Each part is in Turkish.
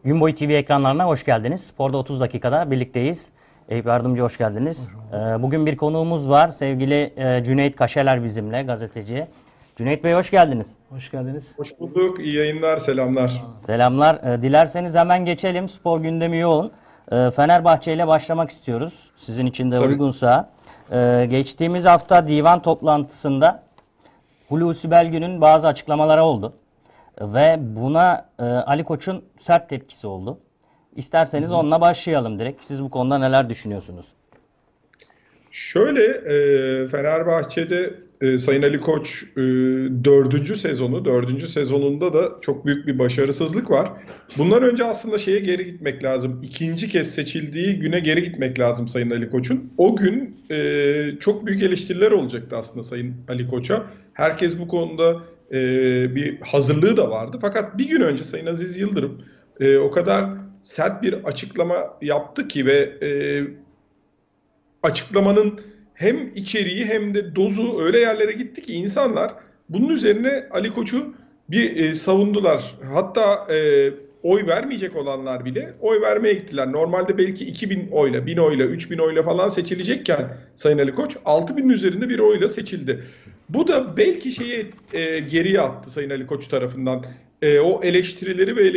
Gün boyu TV ekranlarına hoş geldiniz. Sporda 30 dakikada birlikteyiz. Eyüp Yardımcı hoş geldiniz. Bugün bir konuğumuz var. Sevgili Cüneyt Kaşeler bizimle, gazeteci. Cüneyt Bey hoş geldiniz. Hoş geldiniz. Hoş bulduk. İyi yayınlar, selamlar. Selamlar. Dilerseniz hemen geçelim. Spor gündemi yoğun. Fenerbahçe ile başlamak istiyoruz. Sizin için de Tabii. uygunsa. Geçtiğimiz hafta divan toplantısında Hulusi Belgün'ün bazı açıklamaları oldu. Ve buna Ali Koç'un sert tepkisi oldu. İsterseniz onunla başlayalım direkt. Siz bu konuda neler düşünüyorsunuz? Şöyle, Fenerbahçe'de Sayın Ali Koç dördüncü sezonunda da çok büyük bir başarısızlık var. Bundan önce aslında şeye geri gitmek lazım. İkinci kez seçildiği güne geri gitmek lazım Sayın Ali Koç'un. O gün çok büyük eleştiriler olacaktı aslında Sayın Ali Koç'a. Herkes bu konuda bir hazırlığı da vardı. Fakat bir gün önce Sayın Aziz Yıldırım o kadar sert bir açıklama yaptı ki ve açıklamanın hem içeriği hem de dozu öyle yerlere gitti ki insanlar bunun üzerine Ali Koç'u bir savundular. Hatta oy vermeyecek olanlar bile oy vermeye gittiler. Normalde belki 2000 oyla, 1000 oyla, 3000 oyla falan seçilecekken Sayın Ali Koç 6000'in üzerinde bir oyla seçildi. Bu da belki şeyi geriye attı Sayın Ali Koç tarafından. O eleştirileri ve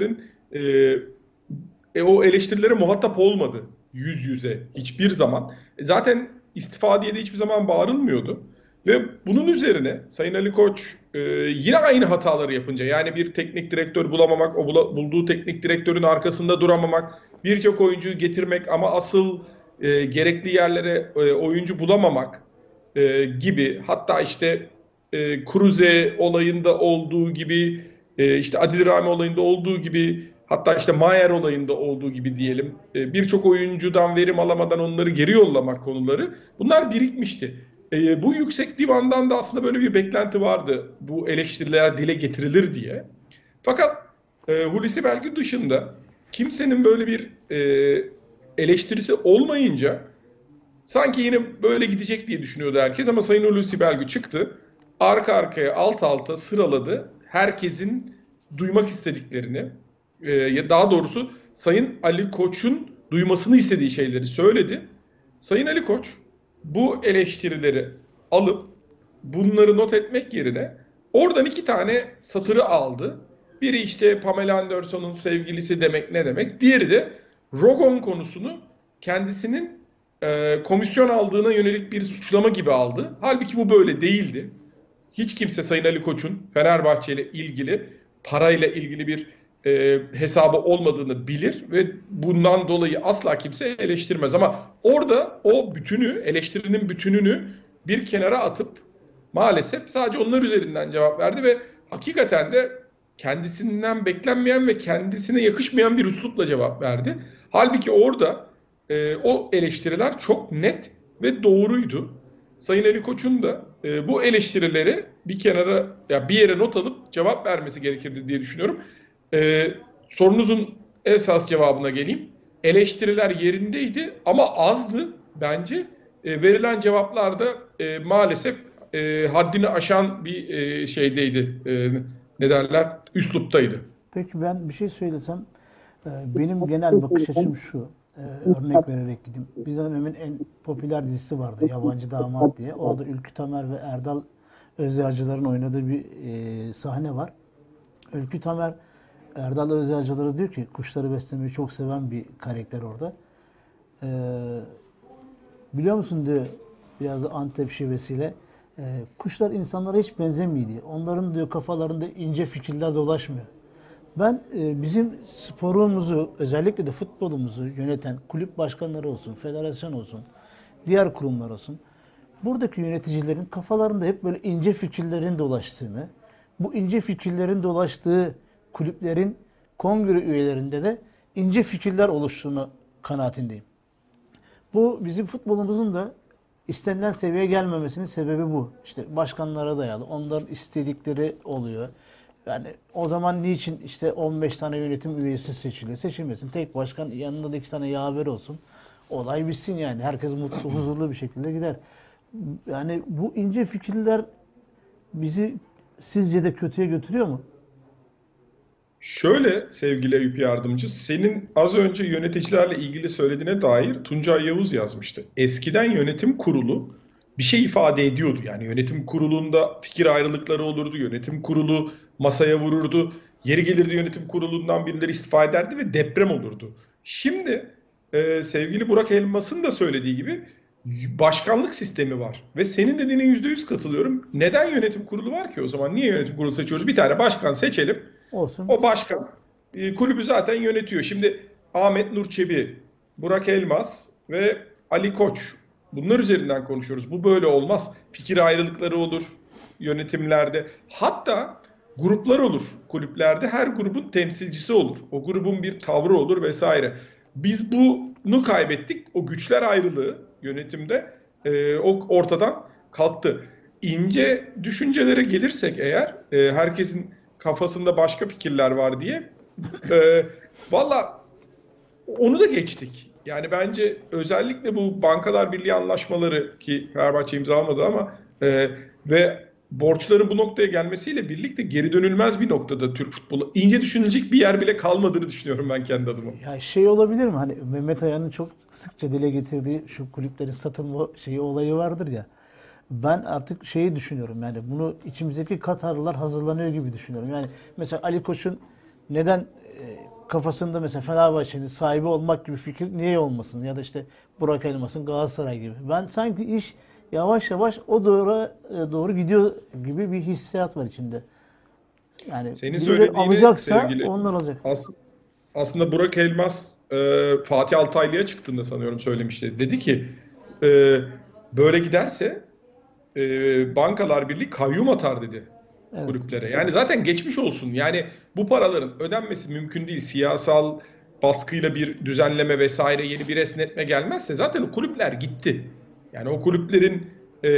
o eleştirilere muhatap olmadı yüz yüze hiçbir zaman. Zaten istifa diye de hiçbir zaman bağırılmıyordu. Ve bunun üzerine Sayın Ali Koç yine aynı hataları yapınca, yani bir teknik direktör bulamamak, bulduğu teknik direktörün arkasında duramamak, birçok oyuncuyu getirmek ama asıl gerekli yerlere oyuncu bulamamak gibi, hatta işte Kruse olayında olduğu gibi, işte Adil Rami olayında olduğu gibi, hatta işte Mayer olayında olduğu gibi diyelim, birçok oyuncudan verim alamadan onları geri yollamak konuları, bunlar birikmişti. Bu yüksek divandan da aslında böyle bir beklenti vardı, bu eleştiriler dile getirilir diye. Fakat Hulusi Belgün dışında kimsenin böyle bir eleştirisi olmayınca sanki yine böyle gidecek diye düşünüyordu herkes, ama Sayın Hulusi Belgün çıktı, arka arkaya alt alta sıraladı herkesin duymak istediklerini, daha doğrusu Sayın Ali Koç'un duymasını istediği şeyleri söyledi. Sayın Ali Koç bu eleştirileri alıp bunları not etmek yerine oradan iki tane satırı aldı. Biri işte Pamela Anderson'un sevgilisi demek ne demek? Diğeri de Rogon konusunu kendisinin komisyon aldığına yönelik bir suçlama gibi aldı. Halbuki bu böyle değildi. Hiç kimse Sayın Ali Koç'un Fenerbahçe ile ilgili, parayla ilgili bir hesabı olmadığını bilir ve bundan dolayı asla kimse eleştirmez. Ama orada o bütünü, eleştirinin bütününü bir kenara atıp maalesef sadece onlar üzerinden cevap verdi ve hakikaten de kendisinden beklenmeyen ve kendisine yakışmayan bir üslupla cevap verdi. Halbuki orada o eleştiriler çok net ve doğruydu. Sayın Ali Koç'un da bu eleştirileri bir kenara, ya bir yere not alıp cevap vermesi gerekirdi diye düşünüyorum. Sorunuzun esas cevabına geleyim. Eleştiriler yerindeydi ama azdı bence. Verilen cevaplar da maalesef haddini aşan bir şeydeydi. Ne derler? Üsluptaydı. Peki ben bir şey söylesem, benim genel bakış açım şu. Örnek vererek gideyim. Bir dönemin en popüler dizisi vardı, Yabancı Damat diye. Orada Ülkü Tamer ve Erdal Özyağcılar'ın oynadığı bir sahne var. Ülkü Tamer, Erdal Özyağcılar'a diyor ki, kuşları beslemeyi çok seven bir karakter orada. Biliyor musun diyor, biraz da Antep şivesiyle, kuşlar insanlara hiç benzemiyor diyor. Onların diyor kafalarında ince fikirler dolaşmıyor. Ben bizim sporumuzu, özellikle de futbolumuzu yöneten kulüp başkanları olsun, federasyon olsun, diğer kurumlar olsun, buradaki yöneticilerin kafalarında hep böyle ince fikirlerin dolaştığını, bu ince fikirlerin dolaştığı kulüplerin kongre üyelerinde de ince fikirler oluştuğunu kanaatindeyim. Bu bizim futbolumuzun da istenilen seviyeye gelmemesinin sebebi bu. İşte başkanlara dayalı, onların istedikleri oluyor. Yani o zaman niçin işte 15 tane yönetim üyesi seçiliyor? Seçilmesin. Tek başkan, yanında da 2 tane yaver olsun. Olay bitsin yani. Herkes mutlu, huzurlu bir şekilde gider. Yani bu ince fikirler bizi sizce de kötüye götürüyor mu? Şöyle sevgili Eyüp Yardımcı, senin az önce yöneticilerle ilgili söylediğine dair Tuncay Yavuz yazmıştı. Eskiden yönetim kurulu bir şey ifade ediyordu. Yani yönetim kurulunda fikir ayrılıkları olurdu. Yönetim kurulu masaya vururdu. Yeri gelirdi yönetim kurulundan birileri istifa ederdi ve deprem olurdu. Şimdi sevgili Burak Elmas'ın da söylediği gibi başkanlık sistemi var. Ve senin dediğine %100 katılıyorum. Neden yönetim kurulu var ki o zaman? Niye yönetim kurulu seçiyoruz? Bir tane başkan seçelim. Olsun. O başkan kulübü zaten yönetiyor. Şimdi Ahmet Nur Çebi, Burak Elmas ve Ali Koç. Bunlar üzerinden konuşuyoruz. Bu böyle olmaz. Fikir ayrılıkları olur yönetimlerde. Hatta gruplar olur kulüplerde. Her grubun temsilcisi olur. O grubun bir tavrı olur vesaire. Biz bunu kaybettik. O güçler ayrılığı yönetimde ortadan kalktı. İnce düşüncelere gelirsek eğer herkesin kafasında başka fikirler var diye valla onu da geçtik. Yani bence özellikle bu Bankalar Birliği anlaşmaları ki Fenerbahçe imzalamadı ama ve borçların bu noktaya gelmesiyle birlikte geri dönülmez bir noktada Türk futbolu. İnce düşünülecek bir yer bile kalmadığını düşünüyorum ben kendi adıma. Ya şey olabilir mi? Hani Mehmet Aya'nın çok sıkça dile getirdiği şu kulüplerin satılma olayı vardır ya. Ben artık şeyi düşünüyorum, yani bunu içimizdeki Katarlılar hazırlanıyor gibi düşünüyorum. Yani mesela Ali Koç'un neden kafasında mesela Fenerbahçe'nin sahibi olmak gibi fikir niye olmasın? Ya da işte Burak Elmas'ın Galatasaray gibi. Ben sanki iş yavaş yavaş o doğru gidiyor gibi bir hissiyat var içimde. Yani Senin birileri söylediğini alacaksa sevgili onlar alacak. aslında Burak Elmas Fatih Altaylı'ya çıktığında sanıyorum söylemişti. Dedi ki e, böyle giderse Bankalar Birliği kayyum atar dedi Evet. kulüplere. Yani zaten geçmiş olsun. Yani bu paraların ödenmesi mümkün değil. Siyasal baskıyla bir düzenleme vesaire yeni bir esnetme gelmezse zaten o kulüpler gitti. Yani o kulüplerin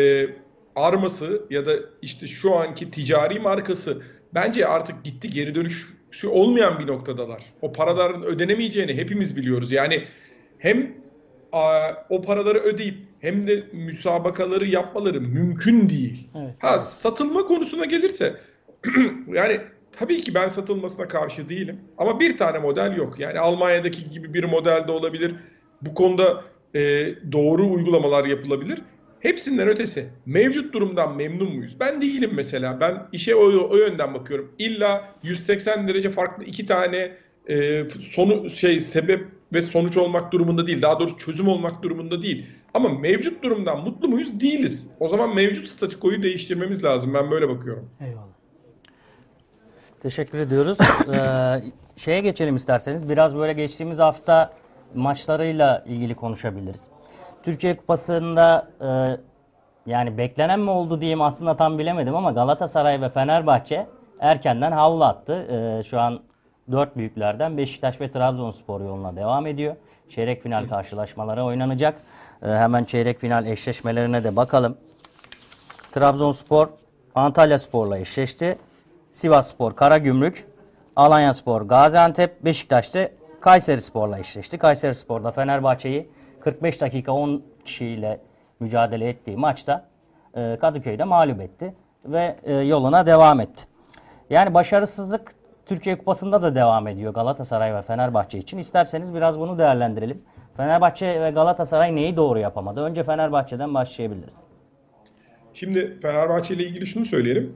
arması ya da işte şu anki ticari markası bence artık gitti, geri dönüşü olmayan bir noktadalar. O paraların ödenemeyeceğini hepimiz biliyoruz. Yani hem o paraları ödeyip hem de müsabakaları yapmaları mümkün değil. Evet. Ha, satılma konusuna gelirse yani tabii ki ben satılmasına karşı değilim. Ama bir tane model yok. Yani Almanya'daki gibi bir model de olabilir. Bu konuda doğru uygulamalar yapılabilir. Hepsinden ötesi mevcut durumdan memnun muyuz? Ben değilim mesela. Ben işe o yönden bakıyorum. İlla 180 derece farklı iki tane sebep ve sonuç olmak durumunda değil. Daha doğrusu çözüm olmak durumunda değil. Ama mevcut durumdan mutlu muyuz? Değiliz. O zaman mevcut statikoyu değiştirmemiz lazım. Ben böyle bakıyorum. Eyvallah. Teşekkür ediyoruz. Şeye geçelim isterseniz. Biraz böyle geçtiğimiz hafta maçlarıyla ilgili konuşabiliriz. Türkiye Kupası'nda yani beklenen mi oldu diyeyim, aslında tam bilemedim ama Galatasaray ve Fenerbahçe erkenden havlu attı. Şu an 4 büyüklerden Beşiktaş ve Trabzonspor yoluna devam ediyor. Çeyrek final karşılaşmaları oynanacak. Hemen çeyrek final eşleşmelerine de bakalım. Trabzonspor Antalyaspor'la eşleşti. Sivasspor Karagümrük, Alanyaspor Gaziantep, Beşiktaş'ta Kayserispor'la eşleşti. Kayserispor'da Fenerbahçe'yi 45 dakika 10 kişiyle mücadele ettiği maçta Kadıköy'de mağlup etti ve yoluna devam etti. Yani başarısızlık Türkiye Kupası'nda da devam ediyor Galatasaray ve Fenerbahçe için. İsterseniz biraz bunu değerlendirelim. Fenerbahçe ve Galatasaray neyi doğru yapamadı? Önce Fenerbahçe'den başlayabiliriz. Şimdi Fenerbahçe ile ilgili şunu söyleyelim.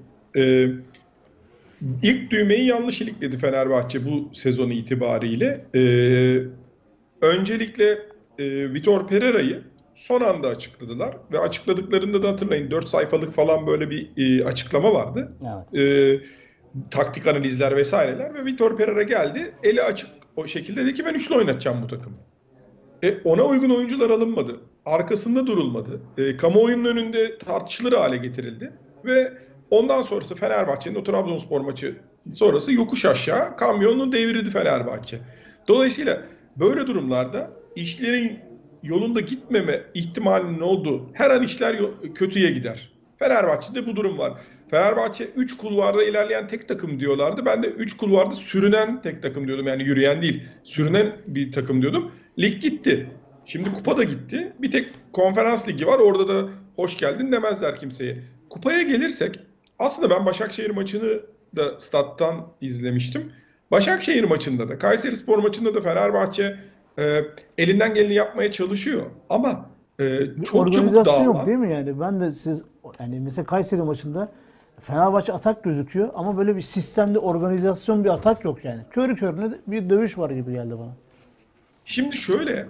İlk düğmeyi yanlış ilikledi Fenerbahçe bu sezon itibariyle. Öncelikle Vitor Pereira'yı son anda açıkladılar ve açıkladıklarında da hatırlayın 4 sayfalık falan böyle bir açıklama vardı. Evet. Taktik analizler vesaireler ve Vitor Pereira geldi, eli açık o şekilde dedi ki ben üçlü oynatacağım bu takımı. Ona uygun oyuncular alınmadı. Arkasında durulmadı. Kamuoyunun önünde tartışılır hale getirildi ve ondan sonrası Fenerbahçe'nin o Trabzonspor maçı sonrası yokuş aşağı kamyonunu devirdi Fenerbahçe. Dolayısıyla böyle durumlarda işlerin yolunda gitmeme ihtimalinin olduğu her an işler kötüye gider. Fenerbahçe'de bu durum var. Fenerbahçe 3 kulvarda ilerleyen tek takım diyorlardı. Ben de 3 kulvarda sürünen tek takım diyordum. Yani yürüyen değil, sürünen bir takım diyordum. Lig gitti. Şimdi kupa da gitti. Bir tek konferans ligi var. Orada da hoş geldin demezler kimseye. Kupaya gelirsek aslında ben Başakşehir maçını da stat'tan izlemiştim. Başakşehir maçında da, Kayserispor maçında da Fenerbahçe elinden geleni yapmaya çalışıyor. Ama Bir çok çabuk organizasyon yok dağılan. değil mi yani? Ben de yani mesela Kayseri maçında Fenerbahçe atak gözüküyor ama böyle bir sistemli organizasyon bir atak yok yani. Körü körüne bir dövüş var gibi geldi bana. Şimdi şöyle,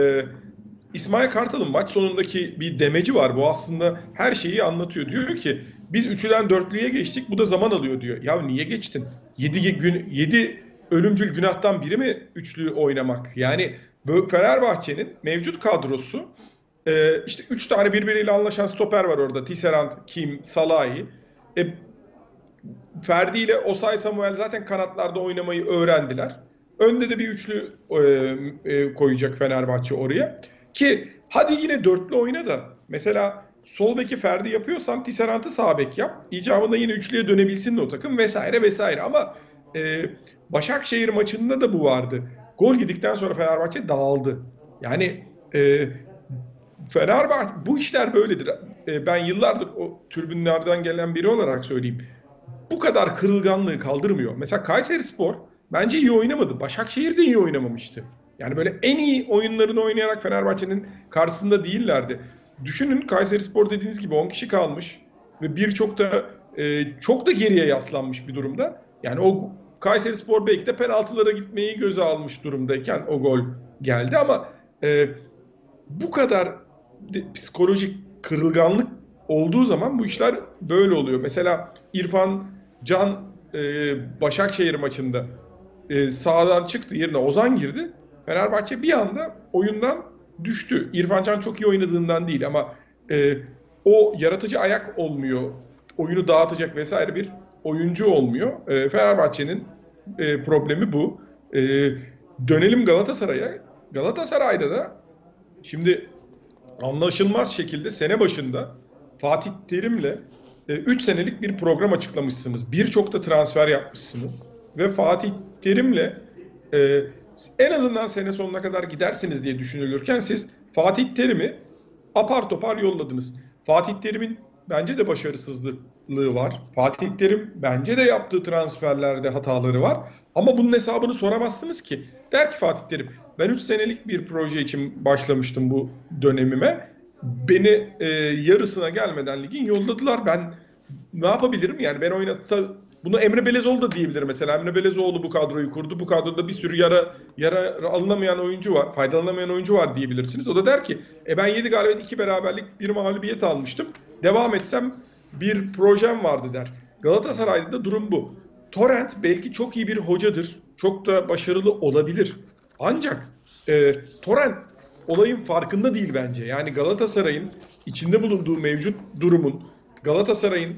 İsmail Kartal'ın maç sonundaki bir demeci var. Bu aslında her şeyi anlatıyor. Diyor ki biz 3'den 4'lüye geçtik, bu da zaman alıyor diyor. Ya niye geçtin? 7 ölümcül günahtan biri mi üçlü oynamak? Yani Fenerbahçe'nin mevcut kadrosu, işte 3 tane birbiriyle anlaşan stoper var orada. Tisserand, Kim, Salahi. E, Ferdi ile Osay Samuel zaten kanatlarda oynamayı öğrendiler. Önde de bir üçlü koyacak Fenerbahçe oraya. Ki hadi yine dörtlü oyna da. Mesela sol beki Ferdi yapıyorsan Tisserand'ı sağ bek yap. İcabında yine üçlüye dönebilsin de o takım vesaire vesaire. Ama Başakşehir maçında da bu vardı. Gol yedikten sonra Fenerbahçe dağıldı. Yani Fenerbahçe bu işler böyledir. Ben yıllardır o tribünlerden gelen biri olarak söyleyeyim. Bu kadar kırılganlığı kaldırmıyor. Mesela Kayserispor bence iyi oynamadı. Başakşehir de iyi oynamamıştı. Yani böyle en iyi oyunlarını oynayarak Fenerbahçe'nin karşısında değillerdi. Düşünün, Kayserispor dediğiniz gibi 10 kişi kalmış ve birçok da çok da geriye yaslanmış bir durumda. Yani o Kayserispor belki de penaltılara gitmeyi göze almış durumdayken o gol geldi ama bu kadar psikolojik kırılganlık olduğu zaman bu işler böyle oluyor. Mesela İrfan Can Başakşehir maçında sağdan çıktı, yerine Ozan girdi. Fenerbahçe bir anda oyundan düştü. İrfan Can çok iyi oynadığından değil ama o yaratıcı ayak olmuyor. Oyunu dağıtacak vesaire bir oyuncu olmuyor. Fenerbahçe'nin problemi bu. Dönelim Galatasaray'a. Galatasaray'da da şimdi anlaşılmaz şekilde sene başında Fatih Terim'le 3 senelik bir program açıklamışsınız. Birçok da transfer yapmışsınız. Ve Fatih Terim'le en azından sene sonuna kadar gidersiniz diye düşünülürken siz Fatih Terim'i apar topar yolladınız. Fatih Terim'in bence de başarısızlığı var. Fatih Terim bence de yaptığı transferlerde hataları var. Ama bunun hesabını soramazsınız ki. Der ki Fatih Terim, ben 3 senelik bir proje için başlamıştım bu dönemime. Beni yarısına gelmeden ligin yolladılar. Ben ne yapabilirim? Yani ben oynatsa bunu Emre Belezoğlu da diyebilir mesela. Emre Belezoğlu bu kadroyu kurdu. Bu kadroda bir sürü yara alınamayan oyuncu var. Faydalanamayan oyuncu var diyebilirsiniz. O da der ki ben 7 galibiyet 2 beraberlik bir mağlubiyet almıştım. Devam etsem bir projem vardı der. Galatasaray'da da durum bu. Torrent belki çok iyi bir hocadır. Çok da başarılı olabilir. Ancak Torrent olayın farkında değil bence. Yani Galatasaray'ın içinde bulunduğu mevcut durumun, Galatasaray'ın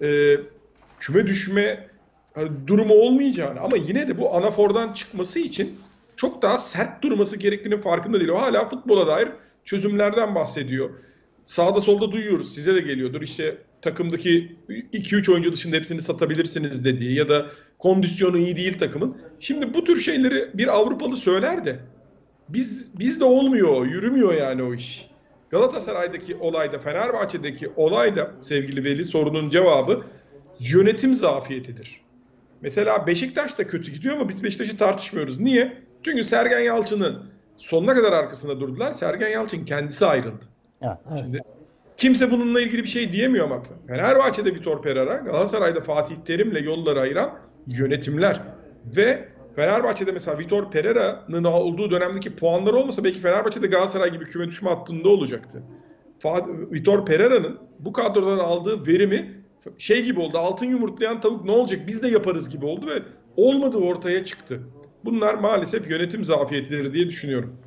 küme düşme durumu olmayacağını ama yine de bu anafordan çıkması için çok daha sert durması gerektiğinin farkında değil. O hala futbola dair çözümlerden bahsediyor. Sağda solda duyuyoruz. Size de geliyordur. İşte takımdaki 2-3 oyuncu dışında hepsini satabilirsiniz dediği ya da kondisyonu iyi değil takımın. Şimdi bu tür şeyleri bir Avrupalı söyler de bizde olmuyor, yürümüyor yani o iş. Galatasaray'daki olayda, Fenerbahçe'deki olayda sevgili Veli, sorunun cevabı yönetim zafiyetidir. Mesela Beşiktaş da kötü gidiyor ama biz Beşiktaş'ı tartışmıyoruz. Niye? Çünkü Sergen Yalçın'ın sonuna kadar arkasında durdular. Sergen Yalçın kendisi ayrıldı. Evet. Şimdi kimse bununla ilgili bir şey diyemiyor ama Fenerbahçe'de Vitor Pereira, Galatasaray'da Fatih Terim'le yolları ayıran yönetimler. Ve Fenerbahçe'de mesela Vitor Pereira'nın olduğu dönemdeki puanları olmasa belki Fenerbahçe'de Galatasaray gibi küme düşme hattında olacaktı. Vitor Pereira'nın bu kadrodan aldığı verimi şey gibi oldu. Altın yumurtlayan tavuk ne olacak biz de yaparız gibi oldu ve olmadı, ortaya çıktı. Bunlar maalesef yönetim zafiyetidir diye düşünüyorum.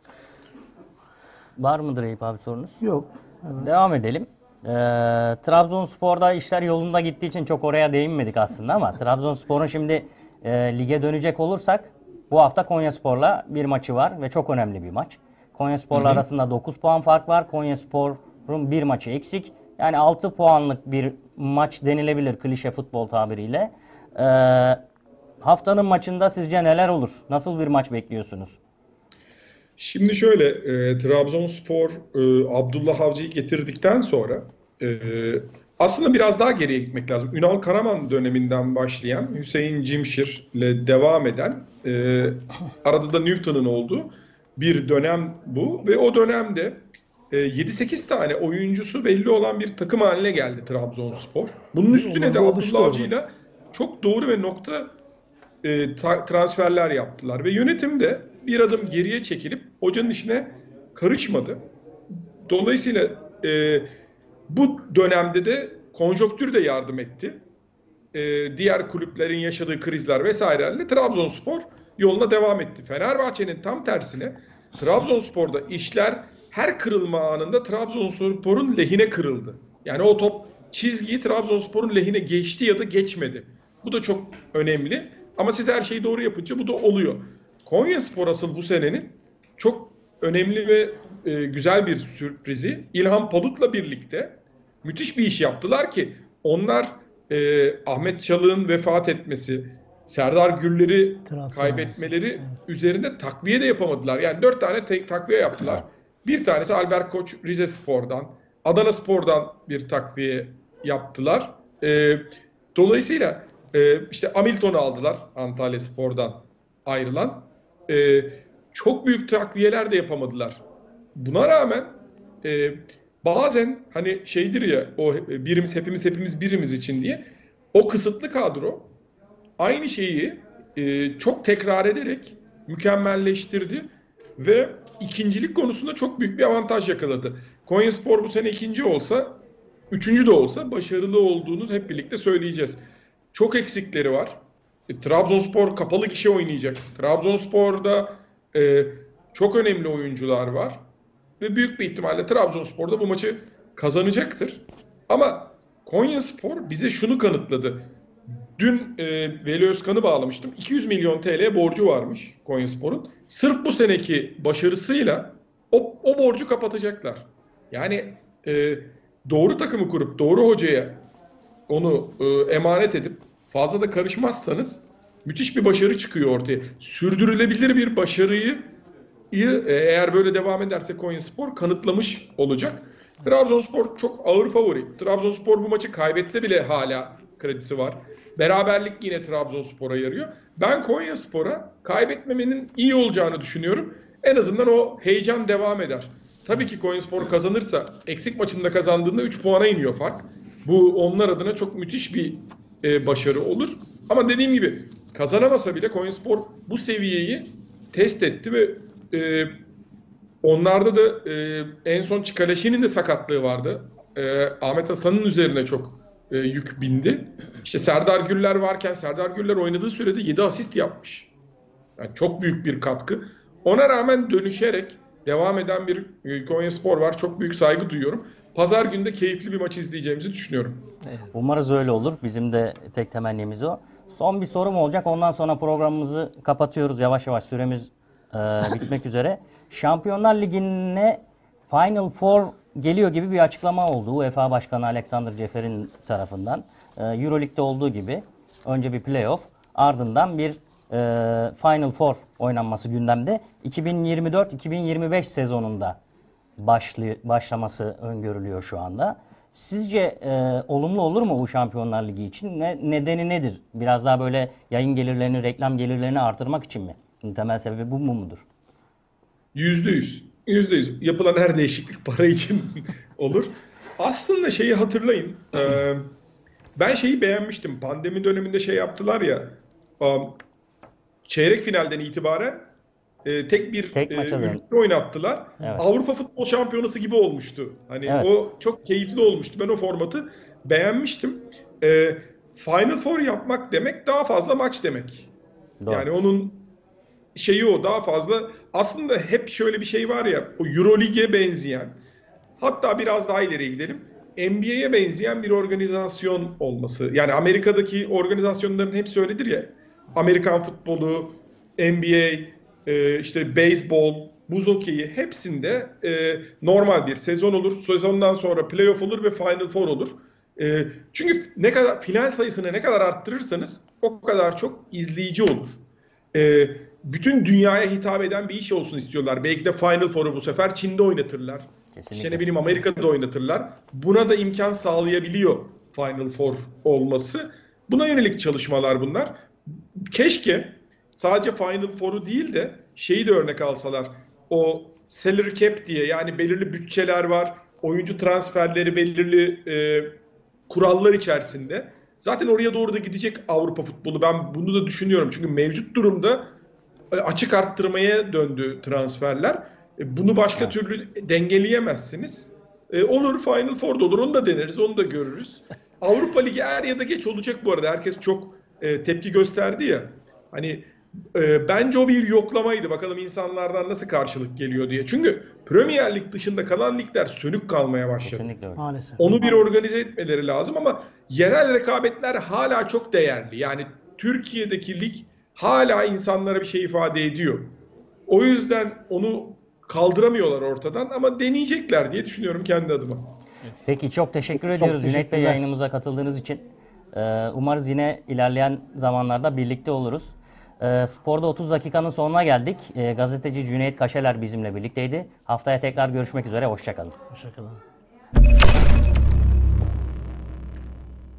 Var mıdır Eyüp abi sorunuz? Yok. Evet. Devam edelim. Trabzonspor'da işler yolunda gittiği için çok oraya değinmedik aslında ama Trabzonspor'un şimdi lige dönecek olursak bu hafta Konyaspor'la bir maçı var ve çok önemli bir maç. Konyaspor'la arasında 9 puan fark var. Konyaspor'un bir maçı eksik. Yani 6 puanlık bir maç denilebilir klişe futbol tabiriyle. Haftanın maçında sizce neler olur? Nasıl bir maç bekliyorsunuz? Şimdi şöyle, Trabzonspor Abdullah Avcı'yı getirdikten sonra Aslında biraz daha geriye gitmek lazım. Ünal Karaman döneminden başlayan, Hüseyin Cimşir ile devam eden, arada da Newton'un olduğu bir dönem bu. Ve o dönemde 7-8 tane oyuncusu belli olan bir takım haline geldi Trabzonspor. Bunun üstüne de Abdullah Avcı'yla çok doğru ve nokta transferler yaptılar. Ve yönetim de bir adım geriye çekilip hocanın işine karışmadı. Dolayısıyla bu dönemde de konjonktür de yardım etti. Diğer kulüplerin yaşadığı krizler vesairelerle Trabzonspor yoluna devam etti. Fenerbahçe'nin tam tersine Trabzonspor'da işler her kırılma anında Trabzonspor'un lehine kırıldı. Yani o top çizgiyi Trabzonspor'un lehine geçti ya da geçmedi. Bu da çok önemli. Ama siz her şeyi doğru yapınca bu da oluyor. Konyaspor asıl bu senenin çok önemli ve güzel bir sürprizi. İlhan Palut'la birlikte müthiş bir iş yaptılar ki onlar Ahmet Çalık'ın vefat etmesi, Serdar Gürler'i kaybetmeleri üzerinde takviye de yapamadılar. Yani 4 tane takviye yaptılar. Bir tanesi Albert Koç Rizespor'dan, Adanaspor'dan bir takviye yaptılar. Dolayısıyla işte Hamilton'u aldılar Antalyaspor'dan ayrılan. Çok büyük takviyeler de yapamadılar. Buna rağmen bazen hani şeydir ya o birimiz hepimiz birimiz için diye o kısıtlı kadro aynı şeyi çok tekrar ederek mükemmelleştirdi ve ikincilik konusunda çok büyük bir avantaj yakaladı. Konyaspor bu sene ikinci olsa, üçüncü de olsa başarılı olduğunu hep birlikte söyleyeceğiz. Çok eksikleri var. Trabzonspor kapalı gişe oynayacak. Trabzonspor'da çok önemli oyuncular var. Ve büyük bir ihtimalle Trabzonspor da bu maçı kazanacaktır. Ama Konyaspor bize şunu kanıtladı. Dün Veli Özkan'ı bağlamıştım. 200 milyon TL borcu varmış Konyaspor'un. Sırf bu seneki başarısıyla o borcu kapatacaklar. Yani doğru takımı kurup doğru hocaya onu emanet edip fazla da karışmazsanız müthiş bir başarı çıkıyor ortaya. Sürdürülebilir bir başarıyı eğer böyle devam ederse Konyaspor kanıtlamış olacak. Trabzonspor çok ağır favori. Trabzonspor bu maçı kaybetse bile hala kredisi var. Beraberlik yine Trabzonspor'a yarıyor. Ben Konyaspor'a kaybetmemenin iyi olacağını düşünüyorum. En azından o heyecan devam eder. Tabii ki Konyaspor kazanırsa eksik maçında kazandığında 3 puana iniyor fark. Bu onlar adına çok müthiş bir başarı olur. Ama dediğim gibi kazanamasa bile Konyaspor bu seviyeyi test etti ve onlarda da en son Çikaleşi'nin de sakatlığı vardı. Ahmet Hasan'ın üzerine çok yük bindi. İşte Serdar Gürler varken Serdar Gürler oynadığı sürede 7 asist yapmış. Yani çok büyük bir katkı. Ona rağmen dönüşerek devam eden bir Konyaspor var. Çok büyük saygı duyuyorum. Pazar günü de keyifli bir maç izleyeceğimizi düşünüyorum. Umarız öyle olur. Bizim de tek temennimiz o. Son bir sorum olacak. Ondan sonra programımızı kapatıyoruz. Yavaş yavaş süremiz bitmek üzere. Şampiyonlar Ligi'ne Final Four geliyor gibi bir açıklama oldu. UEFA Başkanı Alexander Ceferin tarafından. Euroleague'de olduğu gibi önce bir playoff, ardından bir Final Four oynanması gündemde. 2024-2025 sezonunda başlaması öngörülüyor şu anda. Sizce olumlu olur mu bu Şampiyonlar Ligi için? Nedeni nedir? Biraz daha böyle yayın gelirlerini, reklam gelirlerini artırmak için mi? Temel sebebi bu mudur? %100. %100. Yapılan her değişiklik para için olur. Aslında şeyi hatırlayın. Ben şeyi beğenmiştim. Pandemi döneminde şey yaptılar ya. Çeyrek finalden itibaren tek ülke oynattılar. Evet. Avrupa Futbol Şampiyonası gibi olmuştu. Hani evet. O çok keyifli olmuştu. Ben o formatı beğenmiştim. Final Four yapmak demek daha fazla maç demek. Doğru. Yani onun şeyi o daha fazla. Aslında hep şöyle bir şey var ya, o Euroleague'e benzeyen, hatta biraz daha ileriye gidelim, NBA'ye benzeyen bir organizasyon olması. Yani Amerika'daki organizasyonların hepsi öyledir ya. Amerikan futbolu, NBA, işte beyzbol, buz hokeyi hepsinde normal bir sezon olur. Sezondan sonra playoff olur ve Final Four olur. Çünkü ne kadar final sayısını ne kadar arttırırsanız o kadar çok izleyici olur. Bütün dünyaya hitap eden bir iş olsun istiyorlar. Belki de Final Four'u bu sefer Çin'de oynatırlar. İşte Kesinlikle. ne bileyim Amerika'da oynatırlar. Buna da imkan sağlayabiliyor Final Four olması. Buna yönelik çalışmalar bunlar. Keşke sadece Final Four'u değil de şeyi de örnek alsalar. O salary cap diye, yani belirli bütçeler var. Oyuncu transferleri belirli kurallar içerisinde. Zaten oraya doğru da gidecek Avrupa futbolu. Ben bunu da düşünüyorum. Çünkü mevcut durumda açık arttırmaya döndü transferler. Bunu başka türlü dengeleyemezsiniz. Olur Final Four'da olur. Onu da deneriz. Onu da görürüz. Avrupa Ligi er ya da geç olacak bu arada. Herkes çok tepki gösterdi ya. Hani bence o bir yoklamaydı. Bakalım insanlardan nasıl karşılık geliyor diye. Çünkü Premier Lig dışında kalan ligler sönük kalmaya başladı. Kesinlikle öyle. Maalesef. Onu bir organize etmeleri lazım ama yerel rekabetler hala çok değerli. Yani Türkiye'deki lig hala insanlara bir şey ifade ediyor. O yüzden onu kaldıramıyorlar ortadan ama deneyecekler diye düşünüyorum kendi adıma. Peki çok teşekkür ediyoruz Cüneyt Bey teşekkürler. yayınımıza katıldığınız için. Umarız yine ilerleyen zamanlarda birlikte oluruz. Sporda 30 dakikanın sonuna geldik. Gazeteci Cüneyt Kaşeler bizimle birlikteydi. Haftaya tekrar görüşmek üzere. Hoşça kalın. Hoşçakalın.